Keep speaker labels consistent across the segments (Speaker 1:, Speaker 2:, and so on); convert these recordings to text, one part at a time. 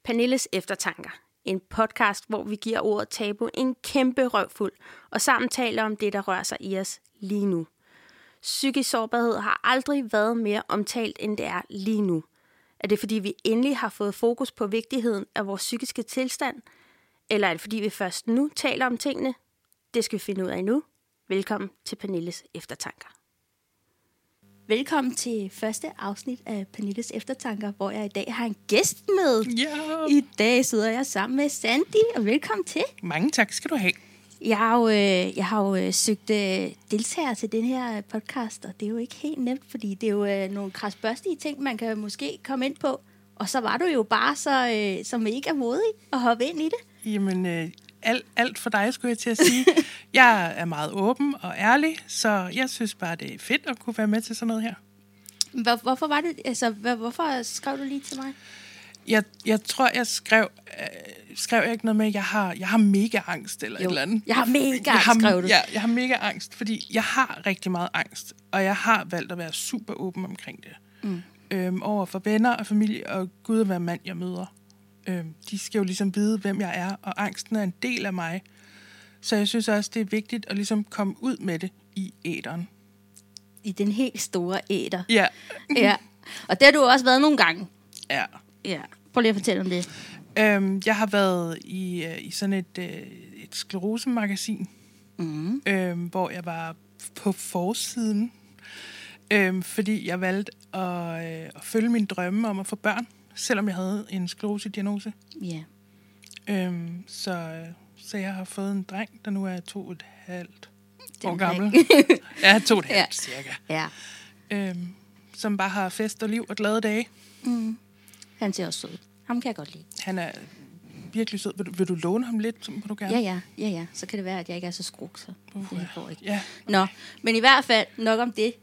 Speaker 1: Pernilles Eftertanker. En podcast, hvor vi giver ordet tabu en kæmpe røvfuld, og sammen taler om det, der rører sig i os lige nu. Psykisk sårbarhed har aldrig været mere omtalt, end det er lige nu. Er det, fordi vi endelig har fået fokus på vigtigheden af vores psykiske tilstand? Eller er det, fordi vi først nu taler om tingene? Det skal vi finde ud af nu. Velkommen til Pernilles Eftertanker. Velkommen til første afsnit af Pernilles Eftertanker, hvor jeg i dag har en gæst med.
Speaker 2: Ja.
Speaker 1: I dag sidder jeg sammen med Sandy, og velkommen til.
Speaker 2: Mange tak skal du have.
Speaker 1: Jeg har jo søgt deltagere til den her podcast, og det er jo ikke helt nemt, fordi det er jo nogle krasbørstige ting, man kan måske komme ind på. Og så var du jo bare så mega modig at hoppe ind i det.
Speaker 2: Jamen, alt for dig, skulle jeg til at sige. Jeg er meget åben og ærlig, så jeg synes bare, det er fedt at kunne være med til sådan noget her.
Speaker 1: Hvorfor var det? Altså, hvorfor skrev du lige til mig?
Speaker 2: Jeg tror, jeg skrev jeg ikke noget med, jeg har mega angst eller et eller andet.
Speaker 1: Jeg har mega angst, skrev du.
Speaker 2: Ja, jeg har mega angst, fordi jeg har rigtig meget angst, og jeg har valgt at være super åben omkring det. Over for venner og familie, og Gud og hver mand, jeg møder. De skal jo ligesom vide, hvem jeg er, og angsten er en del af mig. Så jeg synes også, det er vigtigt at ligesom komme ud med det i æteren.
Speaker 1: I den helt store æter.
Speaker 2: Ja.
Speaker 1: Ja. Og det har du også været nogle gange.
Speaker 2: Ja.
Speaker 1: Ja. Prøv lige at fortælle om det.
Speaker 2: Jeg har været i sådan et sklerose-magasin, hvor jeg var på forsiden, fordi jeg valgte at følge min drømme om at få børn, selvom jeg havde en sklerose-diagnose.
Speaker 1: Ja.
Speaker 2: Så jeg har fået en dreng, der nu er 2,5 år gammel. Ja, 2,5 cirka.
Speaker 1: Ja.
Speaker 2: Som bare har fest og liv og glade dage.
Speaker 1: Han ser også sød. Ham kan jeg godt lide.
Speaker 2: Han er virkelig sød. Vil du låne ham lidt, som du gerne?
Speaker 1: Ja. Så kan det være, at jeg ikke er så skruk, så det går ikke.
Speaker 2: Ja. Okay.
Speaker 1: Nå, men i hvert fald nok om det.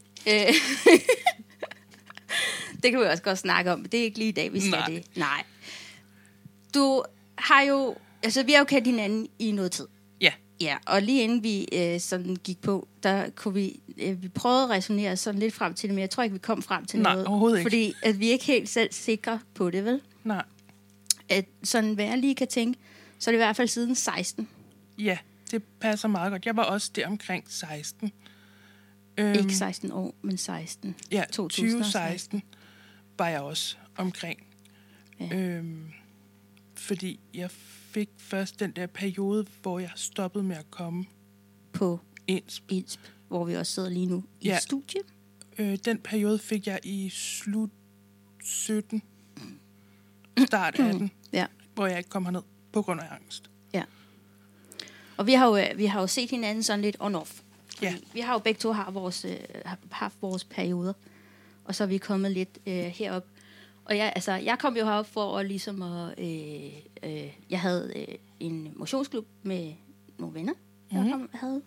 Speaker 1: Det kan vi også godt snakke om, men det er ikke lige i dag, vi skal det. Nej. Du har jo... Altså, vi har jo kendt hinanden i noget tid.
Speaker 2: Ja.
Speaker 1: Ja, og lige inden vi sådan gik på, der kunne vi prøvede at resonere sådan lidt frem til det, men jeg tror ikke, vi kom frem til noget.
Speaker 2: Nej, overhovedet ikke.
Speaker 1: Fordi at vi er ikke helt selv sikre på det, vel?
Speaker 2: Nej.
Speaker 1: At sådan, hvad jeg lige kan tænke, så er det i hvert fald siden 16.
Speaker 2: Ja, det passer meget godt. Jeg var også der omkring 16.
Speaker 1: Ikke 16 år, men 16.
Speaker 2: Ja,
Speaker 1: 2016
Speaker 2: var jeg også omkring.
Speaker 1: Ja.
Speaker 2: Fordi jeg fik først den der periode, hvor jeg stoppede med at komme
Speaker 1: på
Speaker 2: Insp,
Speaker 1: hvor vi også sidder lige nu i studie.
Speaker 2: Den periode fik jeg i slut 17, start 18, hvor jeg ikke kom herned på grund af angst.
Speaker 1: Ja. Og vi har jo set hinanden sådan lidt on-off.
Speaker 2: Ja.
Speaker 1: Vi har jo begge to haft vores perioder, og så er vi kommet lidt herop. Og jeg kom jo herop for at ligesom at... jeg havde en motionsklub med nogle venner, jeg havde.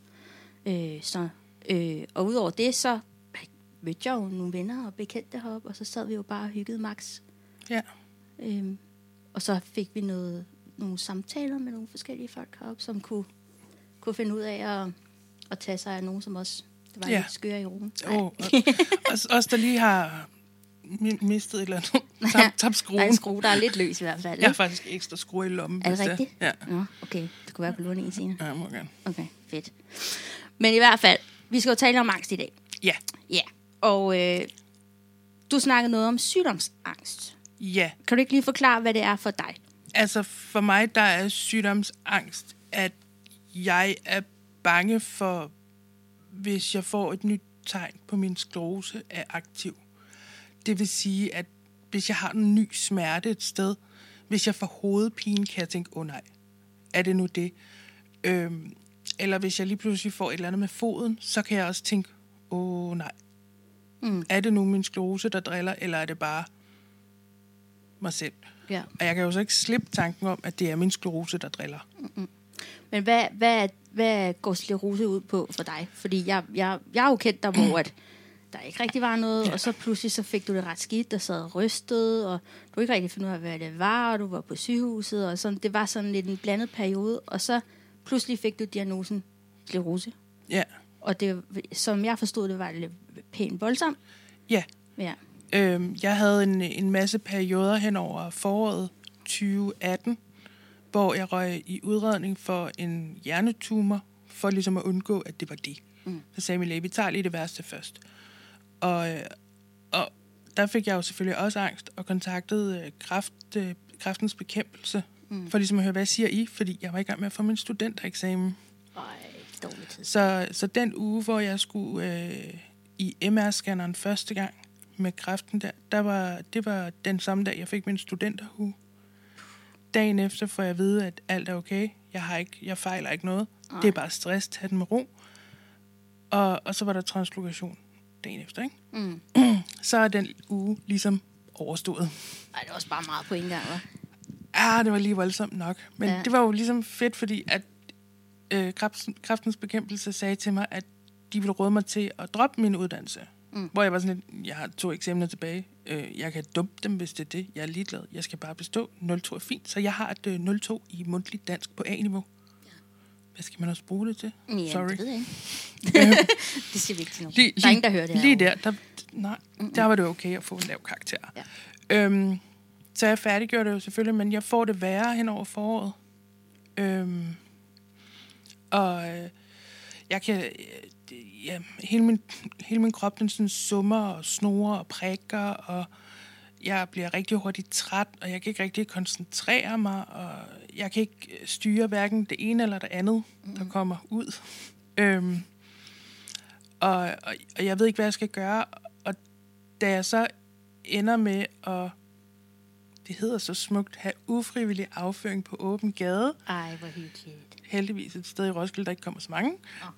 Speaker 1: Og udover det, så mødte jeg jo nogle venner og bekendte heroppe, og så sad vi jo bare og hyggede max.
Speaker 2: Ja.
Speaker 1: Og så fik vi nogle samtaler med nogle forskellige folk heroppe, som kunne finde ud af at tage sig af nogen, som også var lidt skøre i rummet.
Speaker 2: Også der lige har mistet et eller andet. Tabt skruen.
Speaker 1: Der er en skrue, der er lidt løs i hvert fald.
Speaker 2: Jeg har faktisk ekstra skrue i lommen.
Speaker 1: Er det rigtigt?
Speaker 2: Ja.
Speaker 1: Nå, okay. Det kunne være på låne en senere.
Speaker 2: Ja, må gerne.
Speaker 1: Okay, fedt. Men i hvert fald, vi skal jo tale om angst i dag.
Speaker 2: Ja.
Speaker 1: Ja, og du snakkede noget om sygdomsangst.
Speaker 2: Ja.
Speaker 1: Kan du ikke lige forklare, hvad det er for dig?
Speaker 2: Altså, for mig, der er sygdomsangst, at jeg er bange for, hvis jeg får et nyt tegn på min sklerose, er aktiv. Det vil sige, at hvis jeg har en ny smerte et sted, hvis jeg får hovedpine, kan jeg tænke, nej, er det nu det? Eller hvis jeg lige pludselig får et eller andet med foden, så kan jeg også tænke, nej. Er det nu min sklerose, der driller, eller er det bare mig selv?
Speaker 1: Ja. Og
Speaker 2: jeg kan jo så ikke slippe tanken om, at det er min sklerose, der driller.
Speaker 1: Men hvad går sklerose ud på for dig? Fordi jeg har jo kendt dig, hvor at der ikke rigtig var noget, og så pludselig så fik du det ret skidt, der sad rystet, og du ikke rigtig finde ud af, hvad det var, og du var på sygehuset, og sådan. Det var sådan lidt en blandet periode, og så pludselig fik du diagnosen sklerose.
Speaker 2: Ja.
Speaker 1: Og det, som jeg forstod det, var lidt pænt voldsomt.
Speaker 2: Ja.
Speaker 1: Ja.
Speaker 2: Jeg havde en masse perioder hen over foråret 2018, hvor jeg røg i udredning for en hjernetumor, for ligesom at undgå, at det var det. Så sagde min læge, vi tager lige det værste først. Og der fik jeg jo selvfølgelig også angst, og kontaktede kræftens bekæmpelse, for ligesom at høre, hvad siger I? Fordi jeg var i gang med at få min studentereksamen. Så den uge, hvor jeg skulle i MR-scanneren første gang med kræften det var den samme dag, jeg fik min studenterhue. Dagen efter får jeg at vide, at alt er okay. Jeg fejler ikke noget. Det er bare stress, tag den med ro. Og så var der translokation dagen efter, ikke? Så er den uge ligesom overstået.
Speaker 1: Ej, det var også bare meget på en gang, hva'?
Speaker 2: Ja, det var lige voldsomt nok. Men det var jo ligesom fedt, fordi at kræftens bekæmpelse sagde til mig, at de ville råde mig til at droppe min uddannelse. Hvor jeg var sådan lidt, jeg har 2 eksamener tilbage. Jeg kan dumpe dem, hvis det er det. Jeg er ligeglad. Jeg skal bare bestå. 02 er fint. Så jeg har et 02 i mundtligt dansk på A-niveau. Ja. Hvad skal man også bruge det til?
Speaker 1: Ja,
Speaker 2: sorry.
Speaker 1: Det ved jeg ikke. Det siger vi ikke til nogen. Der er ingen, der hører det her.
Speaker 2: Lige der var det okay at få en lav karakter. Ja. Så jeg færdiggjorde det jo selvfølgelig, men jeg får det værre hen over foråret. Jeg kan... hele min krop, den sådan summer og snorer og prikker, og jeg bliver rigtig hurtigt træt, og jeg kan ikke rigtig koncentrere mig, og jeg kan ikke styre hverken det ene eller det andet, der kommer ud. Og jeg ved ikke, hvad jeg skal gøre, og da jeg så ender med at, det hedder så smukt, have ufrivillig afføring på åben gade.
Speaker 1: Ej, hvor hyggeligt.
Speaker 2: Heldigvis et sted i Roskilde, der ikke kommer så mange.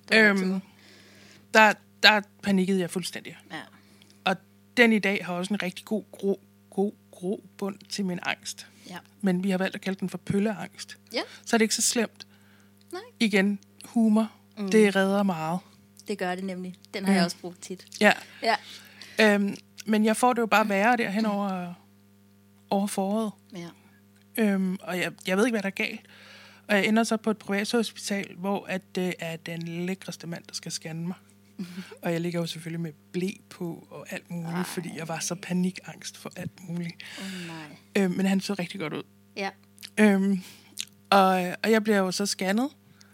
Speaker 2: Der panikkede jeg fuldstændig. Ja. Og den i dag har også en rigtig god grobund til min angst. Ja. Men vi har valgt at kalde den for pølleangst. Ja. Så er det ikke så slemt. Nej. Igen, humor, det redder meget.
Speaker 1: Det gør det nemlig. Den har jeg også brugt tit.
Speaker 2: Ja. Men jeg får det jo bare værre derhen over foråret. Ja. Og jeg ved ikke, hvad der er galt. Og jeg ender så på et privathospital, hvor at det er den lækreste mand, der skal scanne mig. Og jeg ligger jo selvfølgelig med ble på og alt muligt, fordi jeg var så panikangst for alt muligt. Nej. Men han så rigtig godt ud. Ja. Og jeg bliver jo så scannet.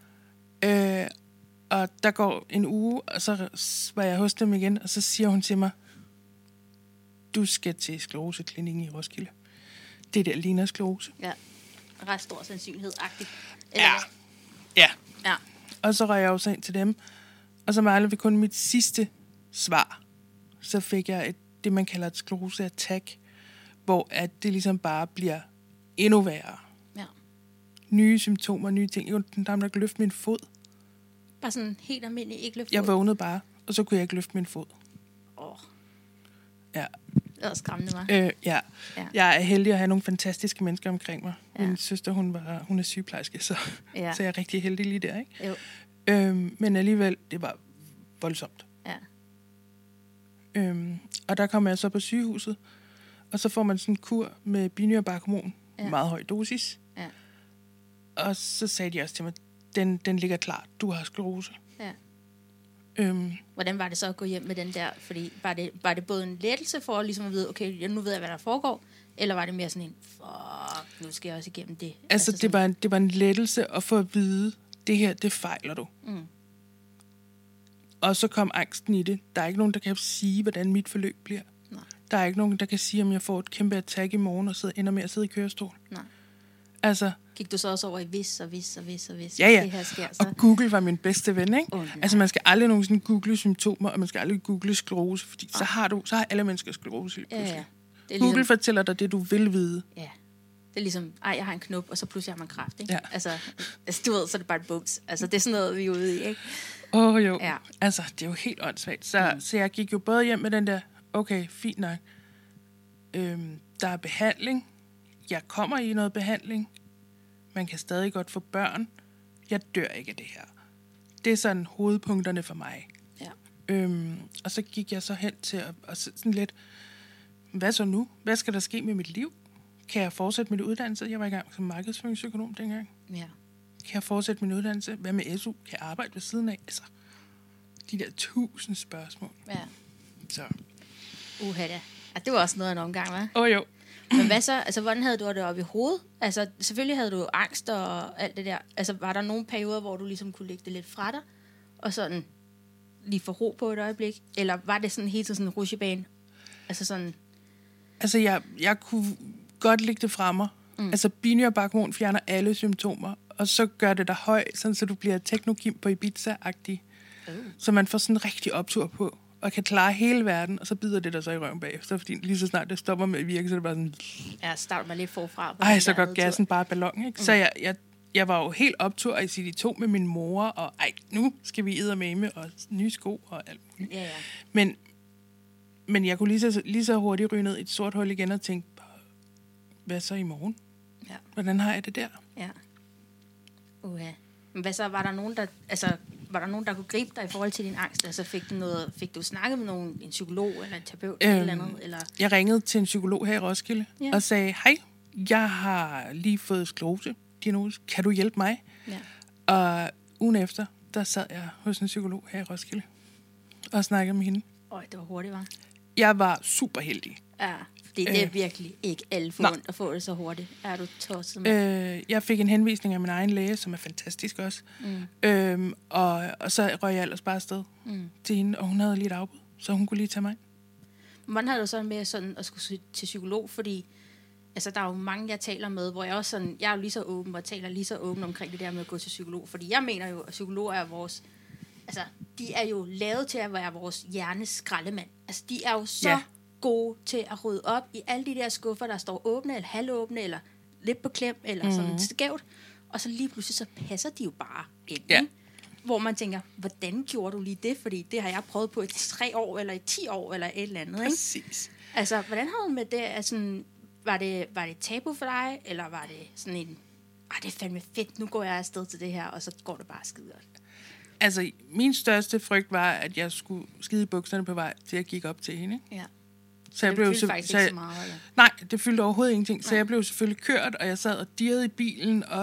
Speaker 2: Og der går en uge, og så var jeg hos dem igen, og så siger hun til mig, du skal til skleroseklinikken i Roskilde. Det der ligner sklerose.
Speaker 1: Ja. Ret stor sandsynlighed-agtigt.
Speaker 2: Ja. Og så røg jeg jo så ind til dem, og så manglede vi kun mit sidste svar. Så fik jeg det, man kalder et sklerose-attack, hvor at det ligesom bare bliver endnu værre. Ja. Nye symptomer, nye ting. Jeg kunne ikke løfte min fod.
Speaker 1: Bare sådan helt almindelig ikke løfte fod?
Speaker 2: Jeg vågnede bare, og så kunne jeg ikke løfte min fod. Ja.
Speaker 1: Det var skræmmende, hva'?
Speaker 2: Ja. Jeg er heldig at have nogle fantastiske mennesker omkring mig. Ja. Min søster, hun er sygeplejerske, så jeg er rigtig heldig lige der, ikke? Jo. Men alligevel, det var voldsomt. Ja. Og der kom jeg så på sygehuset, og så får man sådan en kur med binyrebarkhormon, meget høj dosis. Ja. Og så sagde de også til mig, den ligger klar, du har sklerose. Ja.
Speaker 1: Hvordan var det så at gå hjem med den der? Fordi var det både en lettelse for ligesom at vide, okay, nu ved jeg, hvad der foregår, eller var det mere sådan en, fuck, nu skal jeg også igennem det?
Speaker 2: Altså det var en lettelse at få at vide, det her, det fejler du. Og så kom angsten i det. Der er ikke nogen, der kan sige, hvordan mit forløb bliver. Nej. Der er ikke nogen, der kan sige, om jeg får et kæmpe attack i morgen, og ender med at sidde i kørestol. Nej. Altså,
Speaker 1: gik du så også over i hvis.
Speaker 2: Ja.
Speaker 1: Det her sker, så?
Speaker 2: Og Google var min bedste ven, ikke? Altså, man skal aldrig nogensinde google symptomer, og man skal aldrig google sklerose, fordi så har alle mennesker sklerose. Ja. Google ligesom, fortæller dig det, du vil vide. Ja.
Speaker 1: Det er ligesom, jeg har en knop, og så pludselig har man kræft, ikke? Ja. Altså, du ved, så er det bare et bums. Altså, det er sådan noget, vi er ude i, ikke?
Speaker 2: Jo. Ja. Altså, det er jo helt åndssvagt. Så jeg gik jo både hjem med den der, okay, fint nok. Der er behandling. Jeg kommer i noget behandling. Man kan stadig godt få børn. Jeg dør ikke af det her. Det er sådan hovedpunkterne for mig. Ja. Og så gik jeg så hen til at sådan lidt, hvad så nu? Hvad skal der ske med mit liv? Kan jeg fortsætte min uddannelse? Jeg var i gang som markedsføringsøkonom dengang. Ja. Kan jeg fortsætte min uddannelse? Hvad med SU? Kan jeg arbejde ved siden af? Altså, de der 1000 spørgsmål. Ja. Så.
Speaker 1: Da. Det var også noget af en omgang, hva'?
Speaker 2: Jo.
Speaker 1: Men hvad så? Altså, hvordan havde du det oppe i hovedet? Altså, selvfølgelig havde du angst og alt det der. Altså, var der nogle perioder, hvor du ligesom kunne lægge det lidt fra dig? Og sådan lige få ro på et øjeblik? Eller var det sådan helt sådan en rutsjebane? Altså sådan...
Speaker 2: Altså, jeg kunne godt lægge det fra mig. Altså, binyrbarkhormon fjerner alle symptomer, og så gør det dig høj, sådan, så du bliver teknokim på Ibiza-agtig. Så man får sådan en rigtig optur på, og kan klare hele verden, og så bider det der så i røven bagefter, fordi lige så snart det stopper med at virke, så er det bare sådan...
Speaker 1: Ja, starter man lidt forfra.
Speaker 2: Ej, så går gassen bare ballon, ikke? Så jeg var jo helt optur i CD2 med min mor, og nu skal vi eddermame, og nye sko og alt muligt.
Speaker 1: Ja.
Speaker 2: Men jeg kunne lige så hurtigt ryge ned i et sort hul igen og tænke, hvad så i morgen?
Speaker 1: Ja.
Speaker 2: Hvordan har jeg det der?
Speaker 1: Ja. Men hvad så, var der nogen, der kunne gribe dig i forhold til din angst? Altså fik du snakket med en psykolog eller en terapeut eller andet? Eller?
Speaker 2: Jeg ringede til en psykolog her i Roskilde og sagde, hej, jeg har lige fået sklerose-diagnose. Kan du hjælpe mig?
Speaker 1: Ja.
Speaker 2: Og ugen efter, der sad jeg hos en psykolog her i Roskilde og snakkede med hende.
Speaker 1: Det var hurtigt, var?
Speaker 2: Jeg var super heldig.
Speaker 1: Ja, fordi det er virkelig ikke alle forundt at få det så hurtigt. Er du tosset med?
Speaker 2: Jeg fik en henvisning af min egen læge, som er fantastisk også. Og så røg jeg ellers bare afsted til hende, og hun havde lige et afbud, så hun kunne lige tage mig.
Speaker 1: Hvordan havde du så med sådan at skulle til psykolog? Fordi altså, der er jo mange, jeg taler med, hvor jeg også sådan, jeg er jo lige så åben og taler lige så åben omkring det der med at gå til psykolog. Fordi jeg mener jo, at psykologer er vores... Altså, de er jo lavet til at være vores hjernes skraldemand. Altså, de er jo så gode til at rydde op i alle de der skuffer, der står åbne eller halvåbne, eller lidt på klem, eller sådan skævt. Og så lige pludselig, så passer de jo bare ind. Ja. Hvor man tænker, hvordan gjorde du lige det? Fordi det har jeg prøvet på i 3 år, eller i 10 år, eller et eller andet.
Speaker 2: Præcis.
Speaker 1: Ikke? Altså, hvordan havde du med det? Altså, var det tabu for dig, eller var det sådan en, det er fandme fedt, nu går jeg afsted til det her, og så går det bare skide godt?
Speaker 2: Altså, min største frygt var, at jeg skulle skide i bukserne på vej til at kigge op til hende.
Speaker 1: Ja.
Speaker 2: Så jeg blev
Speaker 1: faktisk ikke så meget, eller?
Speaker 2: Nej, det fyldte overhovedet ingenting. Så jeg blev selvfølgelig kørt, og jeg sad og dirrede i bilen, og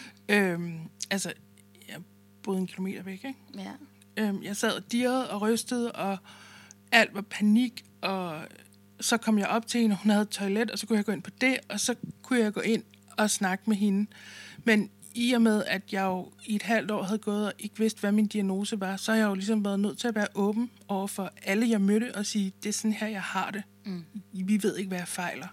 Speaker 2: altså, jeg boede 1 kilometer væk, ikke?
Speaker 1: Ja.
Speaker 2: Jeg sad og dirrede og rystede, og alt var panik, og så kom jeg op til hende, og hun havde et toilet, og så kunne jeg gå ind på det, og så kunne jeg gå ind og snakke med hende. Men i og med, at jeg jo i et halvt år havde gået og ikke vidste, hvad min diagnose var, så har jeg jo ligesom været nødt til at være åben over for alle, jeg mødte, og sige, det er sådan her, jeg har det. Vi ved ikke, hvad jeg fejler.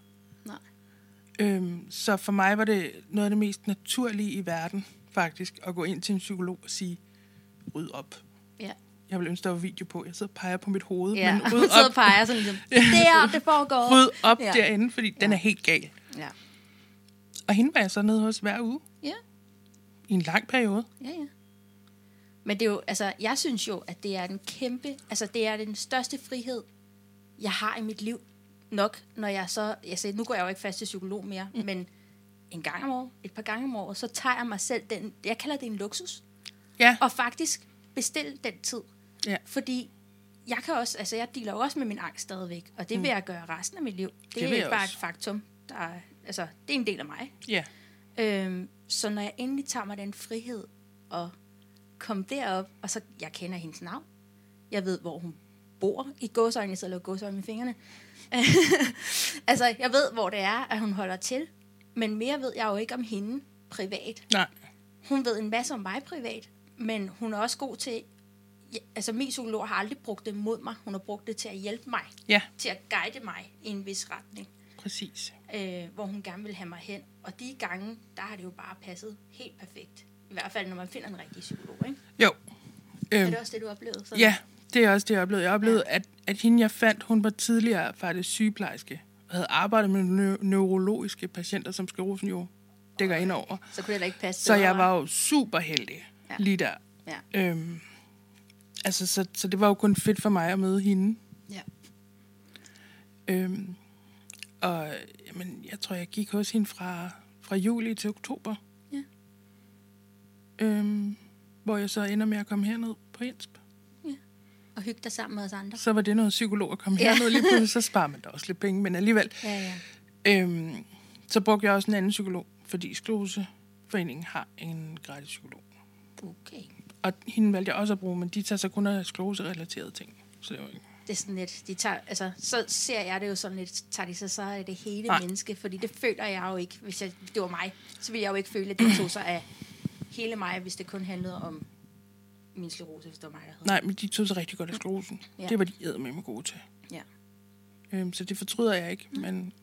Speaker 1: Nej.
Speaker 2: Så for mig var det noget af det mest naturlige i verden, faktisk, at gå ind til en psykolog og sige, ryd op.
Speaker 1: Ja.
Speaker 2: Jeg vil ønske, der var video på. Jeg sidder og peger på mit hoved.
Speaker 1: Ja,
Speaker 2: men
Speaker 1: hun sidder og peger sådan ligesom, det foregår.
Speaker 2: Ryd op derinde, fordi den er helt gal.
Speaker 1: Ja.
Speaker 2: Og hende var jeg så nede hos hver uge.
Speaker 1: Ja.
Speaker 2: I en lang periode.
Speaker 1: Ja. Men det er jo, altså, jeg synes jo, at det er den kæmpe, altså det er den største frihed, jeg har i mit liv. Nok, når jeg så, altså nu går jeg jo ikke fast til psykolog mere, men en gang om året, et par gange om året, så tager jeg mig selv den, jeg kalder det en luksus.
Speaker 2: Ja.
Speaker 1: Og faktisk bestille den tid.
Speaker 2: Ja.
Speaker 1: Fordi jeg kan også, altså jeg dealer jo også med min angst stadigvæk, og det vil jeg gøre resten af mit liv. Det er
Speaker 2: vil
Speaker 1: ikke bare
Speaker 2: også.
Speaker 1: et faktum. Altså, det er en del af mig.
Speaker 2: Ja.
Speaker 1: Så når jeg endelig tager mig den frihed og komme derop, og så jeg kender hendes navn, jeg ved, hvor hun bor i gåseøjne, jeg sidder og laver gåseøjne med fingrene. Altså, jeg ved, hvor det er, at hun holder til, men mere ved jeg jo ikke om hende privat.
Speaker 2: Nej.
Speaker 1: Hun ved en masse om mig privat, men hun er også god til, altså min psykolog har aldrig brugt det mod mig, hun har brugt det til at hjælpe mig, til at guide mig i en vis retning.
Speaker 2: Præcis.
Speaker 1: Hvor hun gerne vil have mig hen. Og de gange, der har det jo bare passet helt perfekt. I hvert fald, når man finder en rigtig psykolog, ikke?
Speaker 2: Jo.
Speaker 1: Er det også det, du oplevede? Sådan?
Speaker 2: Ja, det er også det, jeg oplevede. Jeg oplevede, at hende, jeg fandt, hun var tidligere faktisk sygeplejerske, og havde arbejdet med neurologiske patienter, som sklerosen jo dækker ind over.
Speaker 1: Så kunne det da ikke passe.
Speaker 2: Så jeg var jo super heldig lige der.
Speaker 1: Ja.
Speaker 2: Altså, så det var jo kun fedt for mig at møde hende.
Speaker 1: Ja.
Speaker 2: Og jamen, jeg tror, jeg gik hos hende fra juli til oktober.
Speaker 1: Ja.
Speaker 2: Hvor jeg så ender med at komme herned på Insp.
Speaker 1: Ja. Og hygge dig sammen med os andre.
Speaker 2: Så var det noget psykolog at komme herned lige pludselig, så sparer man da også lidt penge, men alligevel.
Speaker 1: Ja.
Speaker 2: Så brugte jeg også en anden psykolog, fordi Skleroseforeningen har en gratis psykolog.
Speaker 1: Okay.
Speaker 2: Og hende valgte jeg også at bruge, men de tager så kun af sklerose-relaterede ting. Så det var ikke.
Speaker 1: det er sådan lidt, så ser jeg det jo sådan lidt, tager de så er det hele menneske, fordi det føler jeg jo ikke, hvis det var mig, så ville jeg jo ikke føle, at det tog sig af hele mig, hvis det kun handlede om min sklerose, hvis det var mig, der havde.
Speaker 2: Nej, men de tog sig rigtig godt af sklerosen. Ja. Det var de eddermame gode til. Ja. Så det fortryder jeg ikke,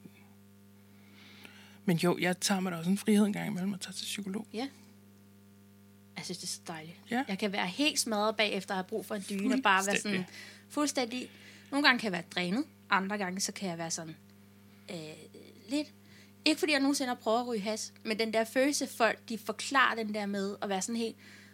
Speaker 2: men jo, jeg tager mig da også en frihed en gang imellem og tager til psykolog.
Speaker 1: Ja. Jeg synes, det er så dejligt.
Speaker 2: Ja.
Speaker 1: Jeg kan være helt smadret bagefter at have brug for en dyne, og bare være sådan fuldstændig. Nogle gange kan jeg være drænet, andre gange så kan jeg være sådan lidt. Ikke fordi jeg nogensinde har prøvet at ryge has, men den der følelse, folk de forklarer den der med at være sådan helt,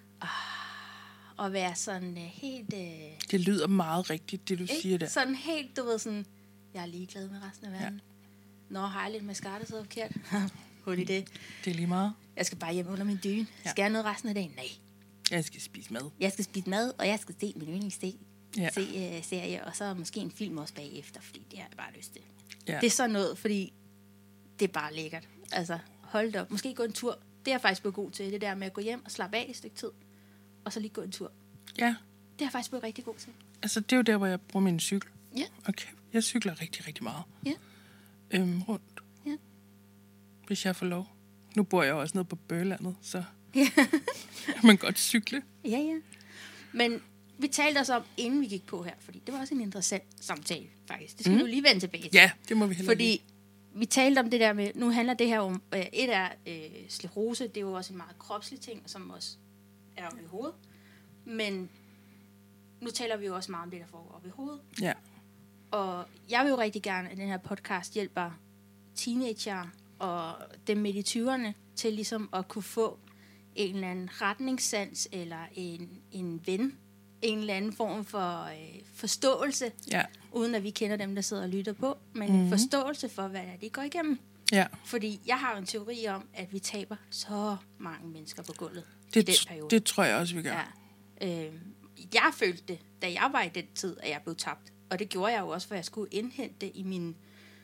Speaker 1: og være sådan helt.
Speaker 2: Det lyder meget rigtigt, det du siger der.
Speaker 1: Sådan helt, du ved sådan, jeg er ligeglad med resten af verden. Ja. Nå, har jeg lidt mascara, der sidder forkert? Hul i det.
Speaker 2: Det er lige meget.
Speaker 1: Jeg skal bare hjem under min dyne. Ja. Skal jeg noget resten af dagen? Nej.
Speaker 2: Jeg skal spise mad.
Speaker 1: Jeg skal spise mad, og jeg skal se min yndlingsserie, og så måske en film også bagefter, fordi det har jeg bare lyst til. Ja. Det er sådan noget, fordi det er bare lækkert. Altså, hold det op. Måske gå en tur. Det er jeg faktisk blevet god til, det der med at gå hjem og slappe af et stykke tid, og så lige gå en tur.
Speaker 2: Ja.
Speaker 1: Det er jeg faktisk blevet rigtig god til.
Speaker 2: Altså, det er jo der, hvor jeg bruger min cykel.
Speaker 1: Ja.
Speaker 2: Okay. Jeg cykler rigtig, rigtig meget.
Speaker 1: Ja.
Speaker 2: Rundt. Ja. Hvis jeg får lov. Nu bor jeg også nede på Bøgelandet, så kan man godt cykle.
Speaker 1: Ja. Men vi talte også om, inden vi gik på her, fordi det var også en interessant samtale, faktisk. Det skal vi jo lige vende tilbage til.
Speaker 2: Ja, det må vi heller
Speaker 1: fordi vi talte om det der med, nu handler det her om, et er sklerose, det er jo også en meget kropslig ting, som også er oppe i hovedet. Men nu taler vi jo også meget om det, der foregår oppe i hovedet.
Speaker 2: Ja.
Speaker 1: Og jeg vil jo rigtig gerne, at den her podcast hjælper teenager og dem midt i 20'erne til ligesom at kunne få en eller anden retningssans eller en ven, en eller anden form for forståelse, uden at vi kender dem, der sidder og lytter på, men en forståelse for, hvad de går igennem. Ja. Fordi jeg har jo en teori om, at vi taber så mange mennesker på gulvet i den periode.
Speaker 2: Det tror jeg også, vi gør.
Speaker 1: Ja. Jeg følte det, da jeg var i den tid, at jeg blev tabt. Og det gjorde jeg jo også, for jeg skulle indhente i min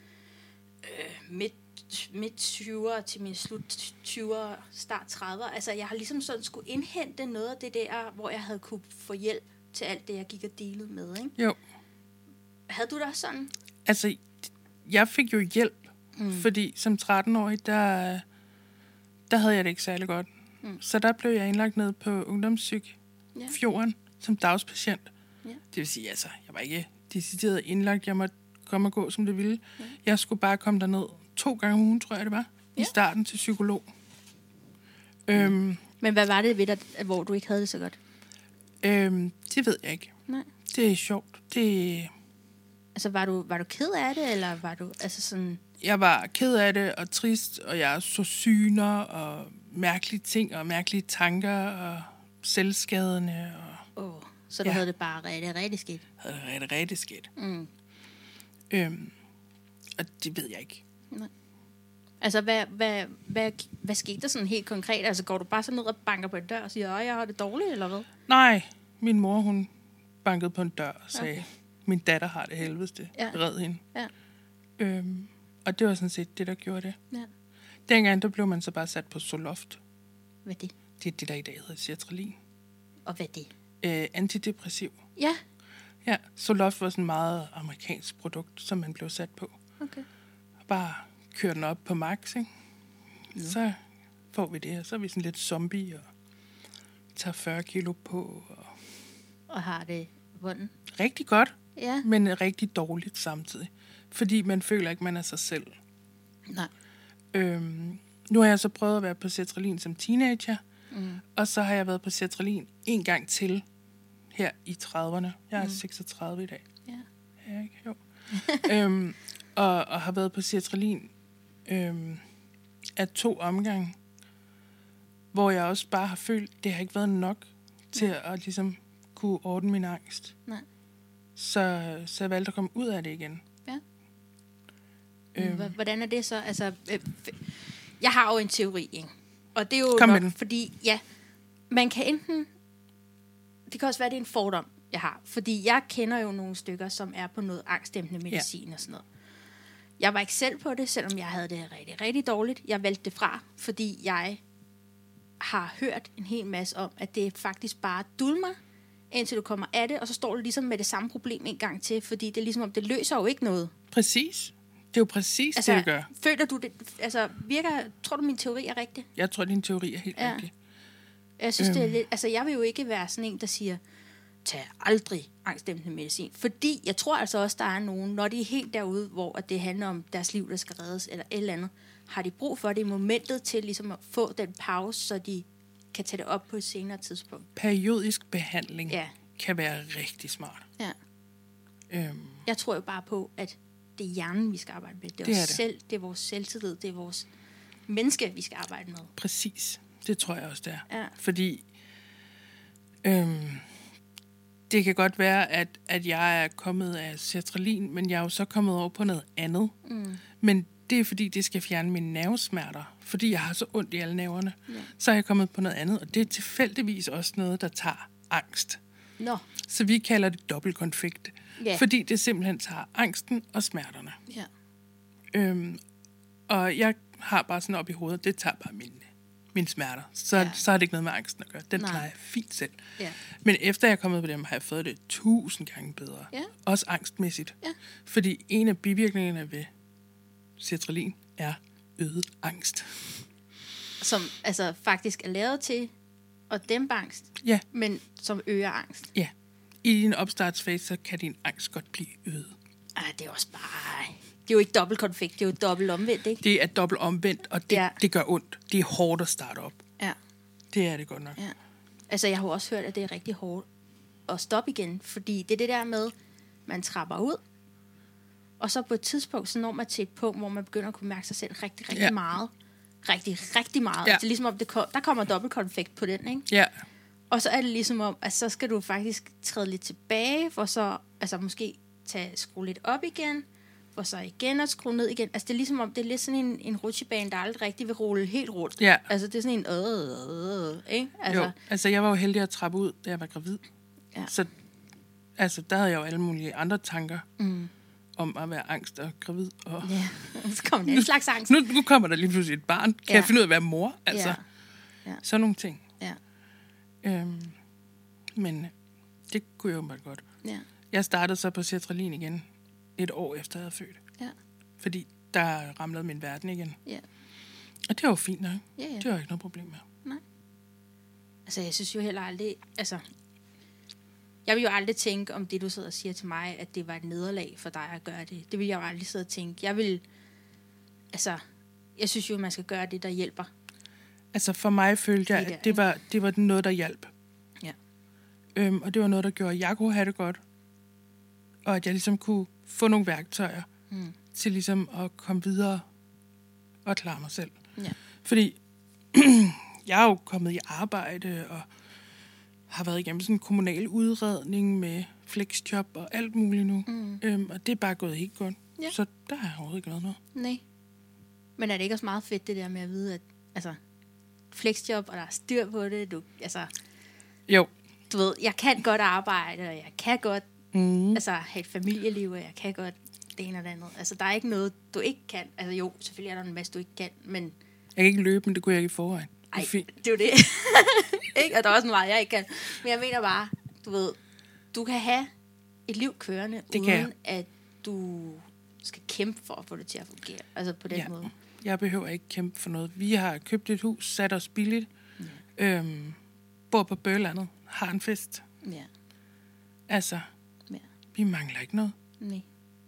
Speaker 1: midt-20'er til min slut-20'er, start 30'er. Altså, jeg har ligesom sådan skulle indhente noget af det der, hvor jeg havde kunne få hjælp til alt det, jeg gik og dealede med, ikke?
Speaker 2: Jo.
Speaker 1: Havde du da også sådan?
Speaker 2: Altså, jeg fik jo hjælp, fordi som 13-årig, der havde jeg det ikke særlig godt. Så der blev jeg indlagt ned på ungdomssyg Fjorden som dagspatient. Ja. Det vil sige, altså, jeg var ikke decideret indlagt. Jeg måtte komme og gå, som det ville. Ja. Jeg skulle bare komme derned 2 gange om ugen, tror jeg det var, i starten til psykolog.
Speaker 1: Men hvad var det ved dig, hvor du ikke havde det så godt?
Speaker 2: Det ved jeg ikke.
Speaker 1: Nej.
Speaker 2: Det er sjovt.
Speaker 1: Altså, var du ked af det, eller var du altså sådan?
Speaker 2: Jeg var ked af det og trist, og jeg så syner og mærkelige ting og mærkelige tanker og selvskadende.
Speaker 1: Så du havde det bare rigtig skidt?
Speaker 2: Havde det rigtig skidt. Og det ved jeg ikke.
Speaker 1: Nej. Altså, hvad skete der sådan helt konkret? Altså, går du bare så ned og banker på en dør og siger, jeg har det dårligt, eller hvad?
Speaker 2: Nej, min mor, hun bankede på en dør og sagde, min datter har det helvedeste. Red hende. Ja. Og det var sådan set det, der gjorde det. Ja. Dengang, der blev man så bare sat på Zoloft.
Speaker 1: Hvad er det?
Speaker 2: Det er det, der i dag hedder sertralin.
Speaker 1: Og hvad er det?
Speaker 2: Antidepressiv.
Speaker 1: Ja.
Speaker 2: Ja, Zoloft var sådan et meget amerikansk produkt, som man blev sat på.
Speaker 1: Okay.
Speaker 2: Bare køre den op på max, ikke? Ja. Så får vi det her. Så er vi sådan lidt zombie og tager 40 kilo på.
Speaker 1: Og har det hvordan?
Speaker 2: Rigtig godt,
Speaker 1: ja.
Speaker 2: Men rigtig dårligt samtidig. Fordi man føler ikke, man er sig selv.
Speaker 1: Nej.
Speaker 2: Nu har jeg så prøvet at være på sertralin som teenager. Og så har jeg været på sertralin en gang til her i 30'erne. Jeg er 36 i dag.
Speaker 1: Ja.
Speaker 2: Ja, ikke? Jo. Og har været på sertralin af 2 omgange, hvor jeg også bare har følt, det har ikke været nok til at ligesom kunne ordne min angst.
Speaker 1: Nej.
Speaker 2: Så jeg valgte at komme ud af det igen.
Speaker 1: Ja. Hvordan er det så? Altså, jeg har jo en teori, ikke? Og det er jo nok, fordi, man kan enten, det kan også være, det er en fordom, jeg har. Fordi jeg kender jo nogle stykker, som er på noget angstdæmpende medicin og sådan noget. Jeg var ikke selv på det, selvom jeg havde det rigtig, rigtig dårligt. Jeg valgte det fra, fordi jeg har hørt en hel masse om, at det faktisk bare dulmer indtil du kommer af det, og så står du ligesom med det samme problem en gang til, fordi det er ligesom om, det løser jo ikke noget.
Speaker 2: Præcis. Det er jo præcis
Speaker 1: altså,
Speaker 2: det, det gør.
Speaker 1: Føler du det, tror du min teori er rigtig?
Speaker 2: Jeg tror, din teori er helt rigtig.
Speaker 1: Jeg synes, det er lidt, altså jeg vil jo ikke være sådan en, der siger, tag aldrig angstdæmpende medicin. Fordi jeg tror altså også, der er nogen, når de er helt derude, hvor det handler om deres liv, der skal reddes, eller et eller andet, har de brug for det i momentet til ligesom at få den pause, så de kan tage det op på et senere tidspunkt.
Speaker 2: Periodisk behandling kan være rigtig smart.
Speaker 1: Ja. Jeg tror jo bare på, at det er hjernen, vi skal arbejde med. Det er vores selvtillid, det er vores menneske, vi skal arbejde med.
Speaker 2: Præcis. Det tror jeg også, det er.
Speaker 1: Ja.
Speaker 2: Fordi det kan godt være, at jeg er kommet af sertralin, men jeg er jo så kommet over på noget andet. Men det er fordi, det skal fjerne mine nervesmerter. Fordi jeg har så ondt i alle nerverne. Ja. Så er jeg kommet på noget andet, og det er tilfældigvis også noget, der tager angst.
Speaker 1: Nå.
Speaker 2: Så vi kalder det dobbeltkonflikt. Ja. Fordi det simpelthen tager angsten og smerterne.
Speaker 1: Ja.
Speaker 2: Og jeg har bare sådan op i hovedet, det tager bare mine smerter. Så har det ikke noget med angsten at gøre. Den klarer jeg fint selv. Ja. Men efter jeg er kommet på dem, har jeg fået det 1000 gange bedre. Ja. Også angstmæssigt. Ja. Fordi en af bivirkningerne ved sertralin er øget angst.
Speaker 1: Som altså faktisk er lavet til at dæmpe angst, men som øger angst.
Speaker 2: Ja. I din opstartsfase, så kan din angst godt blive øget.
Speaker 1: Det er også bare... Det er jo ikke dobbeltkonflikt, det er jo dobbelt omvendt, ikke?
Speaker 2: Det er dobbelt omvendt, og det gør ondt. Det er hårdt at starte op. Ja. Det er det godt nok.
Speaker 1: Ja. Altså, jeg har jo også hørt, at det er rigtig hårdt at stoppe igen, fordi det er det der med, man trapper ud, og så på et tidspunkt, så når man til et punkt, hvor man begynder at kunne mærke sig selv rigtig, rigtig meget. Rigtig meget. Ja. Altså, ligesom om der kommer dobbeltkonflikt på den, ikke? Ja. Og så er det ligesom om, at så skal du faktisk træde lidt tilbage, for så altså måske skrue lidt op igen, for så igen at skrue ned igen. Altså det er ligesom om, det er lidt sådan en rutsjebane, der aldrig rigtig vil rulle helt rundt. Ja. Altså det er sådan en ikke? Altså,
Speaker 2: jo, altså jeg var jo heldig at trappe ud, da jeg var gravid. Ja. Så altså der havde jeg jo alle mulige andre tanker om at være angst og gravid. Og
Speaker 1: så kommer der en slags angst.
Speaker 2: Nu kommer der lige pludselig et barn. Kan jeg finde ud af at være mor? Altså, sådan nogle ting. Ja. Men det kunne jeg jo bare godt. Ja. Jeg startede så på sertralin igen 1 år efter jeg havde født. Ja. Fordi der ramlede min verden igen. Ja. Og det var jo fint nok. Ja. Det var ikke noget problem med.
Speaker 1: Nej. Altså jeg synes jo heller aldrig, altså jeg vil jo aldrig tænke om det du sidder og siger til mig, at det var et nederlag for dig at gøre det. Det vil jeg jo aldrig sidde og tænke. Jeg synes jo man skal gøre det der hjælper.
Speaker 2: Altså for mig følte jeg, at det var noget der hjalp. Ja. Og det var noget der gjorde at jeg kunne have det godt. Og at jeg ligesom kunne få nogle værktøjer til ligesom at komme videre og klare mig selv. Ja. Fordi jeg er jo kommet i arbejde og har været igennem sådan en kommunal udredning med flexjob og alt muligt nu. Og det er bare gået helt godt. Ja. Så der har jeg overhovedet ikke været noget. Nej.
Speaker 1: Men er det ikke også meget fedt det der med at vide, at altså, flexjob, og der er styr på det,
Speaker 2: jo.
Speaker 1: Du ved, jeg kan godt arbejde, og jeg kan godt have et familieliv, og jeg kan godt det ene og det andet. Altså, der er ikke noget, du ikke kan. Altså jo, selvfølgelig er der en masse, du ikke kan, men...
Speaker 2: Jeg kan ikke løbe, men det kunne jeg ikke i forvejen.
Speaker 1: Ej, det er jo det. Ikke? Og der er også meget, jeg ikke kan. Men jeg mener bare, du ved, du kan have et liv kørende, uden at du skal kæmpe for at få det til at fungere. Altså på den måde.
Speaker 2: Jeg behøver ikke kæmpe for noget. Vi har købt et hus, sat os billigt, bor på Bøgelandet, har en fest. Ja. Altså, vi mangler ikke noget. Nej.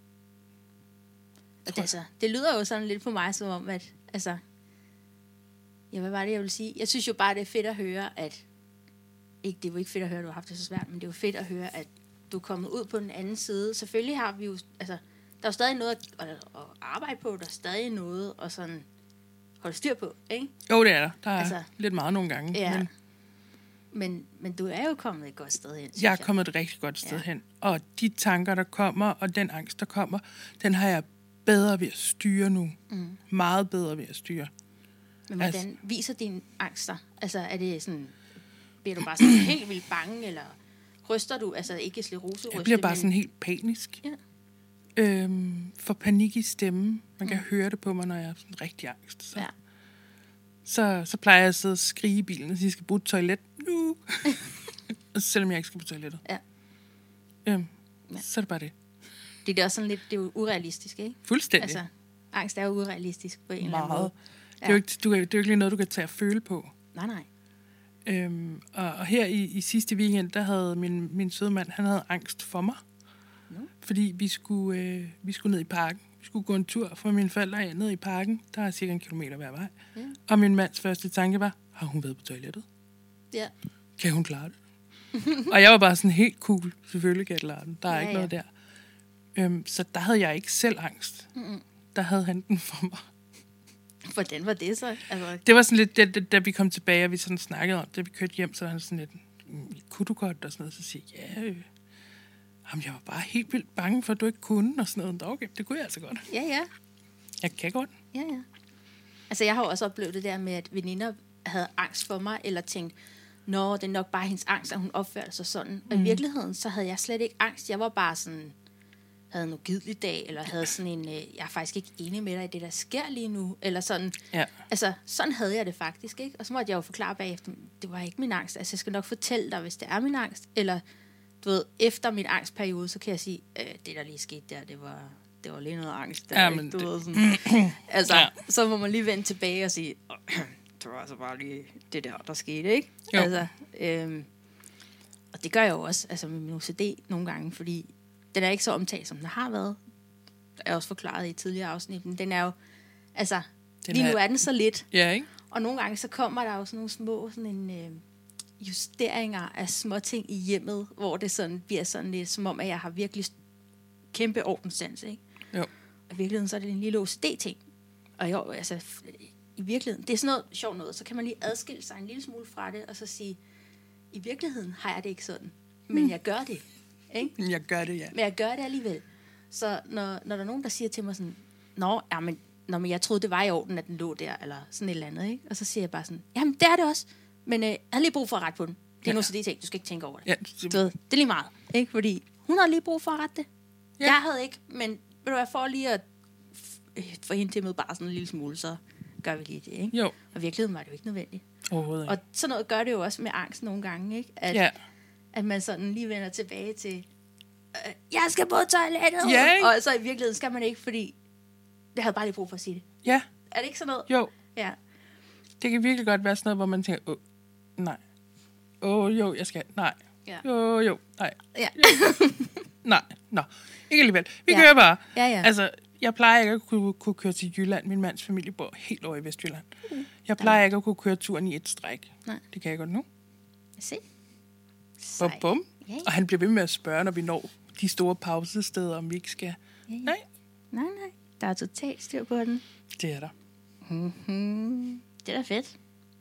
Speaker 1: Det lyder jo sådan lidt på mig, som om, at altså, hvad var det, jeg ville sige? Jeg synes jo bare, det er fedt at høre, at det er jo ikke fedt at høre, at du har haft det så svært, men det er jo fedt at høre, at du er kommet ud på den anden side. Selvfølgelig har vi jo, altså, der er jo stadig noget at arbejde på, der er stadig noget at sådan holde styr på, ikke?
Speaker 2: Jo, det er der. Der er lidt meget nogle gange.
Speaker 1: Ja. Men du er jo kommet et godt sted hen.
Speaker 2: Jeg er kommet et rigtig godt sted hen. Og de tanker, der kommer, og den angst, der kommer, den har jeg bedre ved at styre nu. Meget bedre ved at styre.
Speaker 1: Men hvordan viser din angst sig? Altså, er det sådan, bliver du bare sådan helt vildt bange, eller ryster du, altså ikke skleroseryste?
Speaker 2: Jeg bliver bare sådan helt panisk. Ja. For panik i stemmen. Man kan høre det på mig, når jeg er sådan rigtig angst. Så plejer jeg at sidde og skrige i bilen, og sige, jeg skal bruge et toilet nu. Selvom jeg ikke skal på toilettet.
Speaker 1: Ja.
Speaker 2: Så er det bare det.
Speaker 1: Det er også sådan lidt, det er jo urealistisk, ikke?
Speaker 2: Fuldstændig.
Speaker 1: Altså, angst er jo urealistisk på en eller anden måde.
Speaker 2: Det er jo ikke lige noget, du kan tage at føle på.
Speaker 1: Nej.
Speaker 2: Og her i sidste weekend, der havde min søde mand, han havde angst for mig. Fordi vi skulle ned i parken. Vi skulle gå en tur fra mine forældre af ned i parken. Der er cirka 1 kilometer hver vej. Ja. Og min mands første tanke var, har hun været på toilettet?
Speaker 1: Ja.
Speaker 2: Kan hun klare det? Og jeg var bare sådan helt cool. Selvfølgelig kan jeg klare den. Der er ikke noget der. Så der havde jeg ikke selv angst. Der havde han den for mig.
Speaker 1: Hvordan var det så? Altså...
Speaker 2: Det var sådan lidt, da vi kom tilbage, og vi sådan snakkede om, da vi kørte hjem, så var han sådan lidt, kunne du godt, og sådan noget, så siger jeg, jamen, jeg var bare helt vildt bange for, at du ikke kunne, og sådan noget. Okay, det kunne jeg altså godt.
Speaker 1: Ja.
Speaker 2: Jeg kan godt.
Speaker 1: Ja. Altså, jeg har også oplevet det der med, at veninder havde angst for mig, eller tænkt, nå, det er nok bare hendes angst, at hun opførte sig sådan. Og i virkeligheden, så havde jeg slet ikke angst. Jeg var bare sådan, havde en ugidelig dag, eller havde sådan en, jeg er faktisk ikke enig med dig i det, der sker lige nu, eller sådan.
Speaker 2: Ja.
Speaker 1: Altså, sådan havde jeg det faktisk, ikke? Og så måtte jeg jo forklare bagefter, det var ikke min angst. Altså, jeg skal nok fortælle dig, hvis det er min angst, eller du ved, efter min angstperiode, så kan jeg sige, det der lige skete der, det var lige noget angst. Der,
Speaker 2: men
Speaker 1: du ved, sådan. Altså, så må man lige vende tilbage og sige, det var altså bare lige det der skete, ikke?
Speaker 2: Jo.
Speaker 1: Altså, og det gør jeg jo også, altså med min OCD nogle gange, fordi den er ikke så omtalt, som den har været. Det er også forklaret i tidligere afsnit, men den er jo, altså, lige nu er den så lidt.
Speaker 2: Ja, ikke?
Speaker 1: Og nogle gange, så kommer der jo sådan nogle små, sådan en justeringer af små ting i hjemmet, hvor det sådan bliver sådan lidt, som om, at jeg har virkelig kæmpe ordenssans, ikke?
Speaker 2: Jo.
Speaker 1: Og i virkeligheden, så er det en lille OCD-ting. Og jo, altså, i virkeligheden, det er sådan noget sjovt noget, så kan man lige adskille sig en lille smule fra det, og så sige, i virkeligheden har jeg det ikke sådan, men jeg gør det, ikke?
Speaker 2: Jeg gør det, ja.
Speaker 1: Men jeg gør det alligevel. Så når der er nogen, der siger til mig sådan, men jeg troede, det var i orden, at den lå der, eller sådan et eller andet, ikke? Og så siger jeg bare sådan, jamen, det er det også, men jeg har lige brug for at rette på den. Det er noget, så det er ting, du skal ikke tænke over det.
Speaker 2: Ja,
Speaker 1: det er lige meget, ikke? Fordi hun har lige brug for at rette det. Ja. Jeg havde ikke, men ved du hvad, for lige at få hende til at møde bare sådan en lille smule, så gør vi lige det, ikke?
Speaker 2: Jo.
Speaker 1: Og i virkeligheden var det jo ikke nødvendigt.
Speaker 2: Overhovedet ikke.
Speaker 1: Og sådan noget gør det jo også med angst nogle gange, ikke? At man sådan lige vender tilbage til, jeg skal på toilettet.
Speaker 2: Ja,
Speaker 1: og så i virkeligheden skal man ikke, fordi det havde bare lige brug for at sige det.
Speaker 2: Ja.
Speaker 1: Er det ikke sådan noget?
Speaker 2: Jo.
Speaker 1: Ja.
Speaker 2: Det kan virkelig godt være sådan noget, hvor man tænker, nej. Jo, jeg skal. Nej.
Speaker 1: Ja.
Speaker 2: Jo, nej.
Speaker 1: Ja.
Speaker 2: Nej, ikke alligevel. Vi kører bare.
Speaker 1: Ja.
Speaker 2: Altså, jeg plejer ikke at kunne køre til Jylland. Min mands familie bor helt over i Vestjylland. Jeg plejer ikke at kunne køre turen i et stræk.
Speaker 1: Nej.
Speaker 2: Det kan jeg godt nu.
Speaker 1: Se.
Speaker 2: Bum.
Speaker 1: Ja.
Speaker 2: Og han bliver ved med at spørge, når vi når de store pausesteder, om vi ikke skal.
Speaker 1: Ja.
Speaker 2: Nej.
Speaker 1: Der er totalt styr på den.
Speaker 2: Det er der.
Speaker 1: Mm-hmm. Det er da fedt.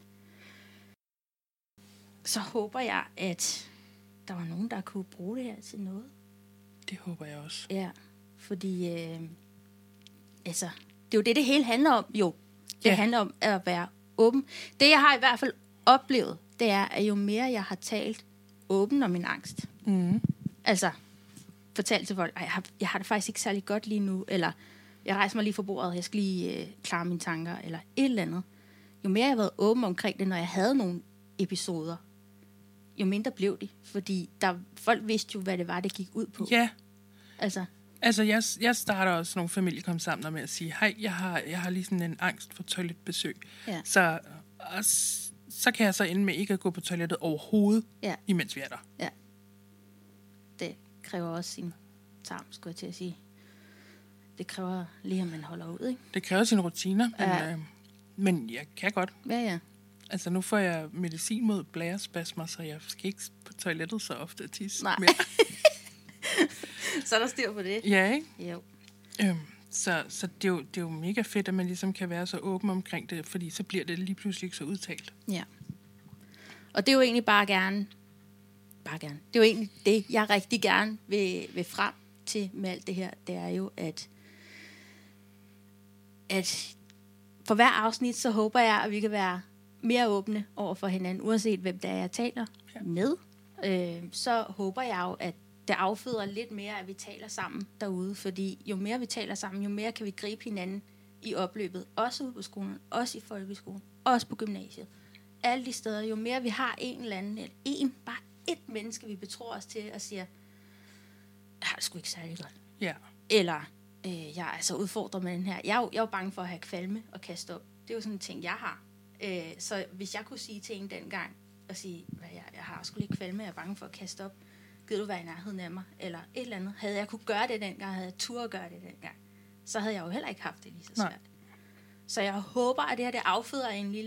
Speaker 1: Så håber jeg, at der var nogen, der kunne bruge det her til noget.
Speaker 2: Det håber jeg også.
Speaker 1: Ja, fordi altså, det er jo det hele handler om. Jo, det handler om at være åben. Det, jeg har i hvert fald oplevet, det er, at jo mere jeg har talt åben om min angst, altså fortalt til folk, jeg har det faktisk ikke særlig godt lige nu, eller jeg rejser mig lige fra bordet, jeg skal lige klare mine tanker, eller et eller andet. Jo mere jeg har været åben omkring det, når jeg havde nogle episoder, jo mindre blev de. Fordi folk vidste jo, hvad det var, det gik ud på.
Speaker 2: Ja.
Speaker 1: Altså,
Speaker 2: jeg starter også nogle familier komme sammen med at sige, hej, jeg har lige sådan en angst for toiletbesøg. Ja. Så kan jeg så ende med ikke at gå på toilettet overhovedet, imens vi er der.
Speaker 1: Ja. Det kræver også sin tarm, skulle jeg til at sige. Det kræver lige, at man holder ud, ikke?
Speaker 2: Det kræver sine rutiner, men jeg kan godt.
Speaker 1: Ja.
Speaker 2: Altså, nu får jeg medicin mod blærespasmer, så jeg skal ikke på toilettet så ofte at tisse
Speaker 1: mere. Så er der styr på det.
Speaker 2: Ja, ikke?
Speaker 1: Jo.
Speaker 2: Så det er jo mega fedt, at man ligesom kan være så åben omkring det, fordi så bliver det lige pludselig ikke så udtalt.
Speaker 1: Ja. Og det er jo egentlig bare gerne. Det er jo egentlig det, jeg rigtig gerne vil frem til med alt det her. Det er jo, at for hver afsnit, så håber jeg, at vi kan være mere åbne over for hinanden, uanset hvem det er, jeg taler med. Så håber jeg jo, at det afføder lidt mere, at vi taler sammen derude. Fordi jo mere vi taler sammen, jo mere kan vi gribe hinanden i opløbet. Også ude på skolen, også i folkeskolen, også på gymnasiet. Alle de steder, jo mere vi har en eller anden, bare ét menneske, vi betror os til og siger, jeg har det sgu ikke særlig godt.
Speaker 2: Ja.
Speaker 1: Eller, jeg er så udfordret med den her. Jeg er jo bange for at have kvalme og kaste op. Det er jo sådan en ting, jeg har. Så hvis jeg kunne sige til en dengang, og sige, jeg har sgu lidt kvalme, jeg er bange for at kaste op, gider du være i nærheden af mig, eller et eller andet. Havde jeg kunne gøre det dengang, havde jeg turde gøre det dengang, så havde jeg jo heller ikke haft det lige så svært. Nej. Så jeg håber, at det her det afføder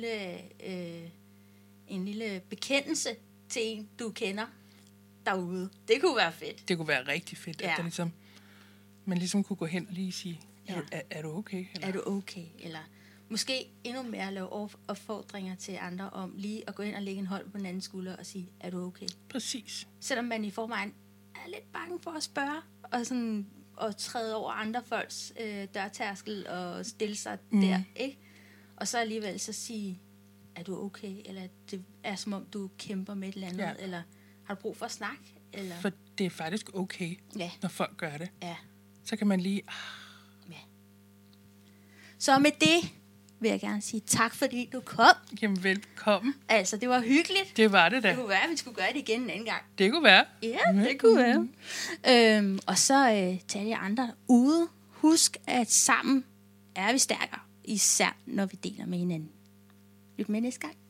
Speaker 1: en lille bekendelse til en, du kender derude. Det kunne være fedt.
Speaker 2: Det kunne være rigtig fedt, at man ligesom kunne gå hen og lige sige, er du okay? Eller?
Speaker 1: Er du okay? Eller måske endnu mere lave opfordringer til andre om lige at gå hen og lægge en hånd på den anden skulder og sige, er du okay?
Speaker 2: Præcis.
Speaker 1: Selvom man i forvejen er lidt bange for at spørge, og sådan og træde over andre folks dørtærskel og stille sig der, ikke? Og så alligevel så sige, er du okay? Eller det er som om du kæmper med et eller andet, eller har du brug for at snakke? Eller?
Speaker 2: For det er faktisk okay, når folk gør det.
Speaker 1: Ja.
Speaker 2: Så kan man lige...
Speaker 1: Ja. Så med det vil jeg gerne sige tak, fordi du kom.
Speaker 2: Jamen, velkommen.
Speaker 1: Altså, det var hyggeligt.
Speaker 2: Det var det da.
Speaker 1: Det kunne være, at vi skulle gøre det igen en anden gang.
Speaker 2: Det kunne være.
Speaker 1: Ja, det kunne være. Og så til alle andre ude. Husk, at sammen er vi stærkere. Især når vi deler med hinanden. Lyt med næste gang.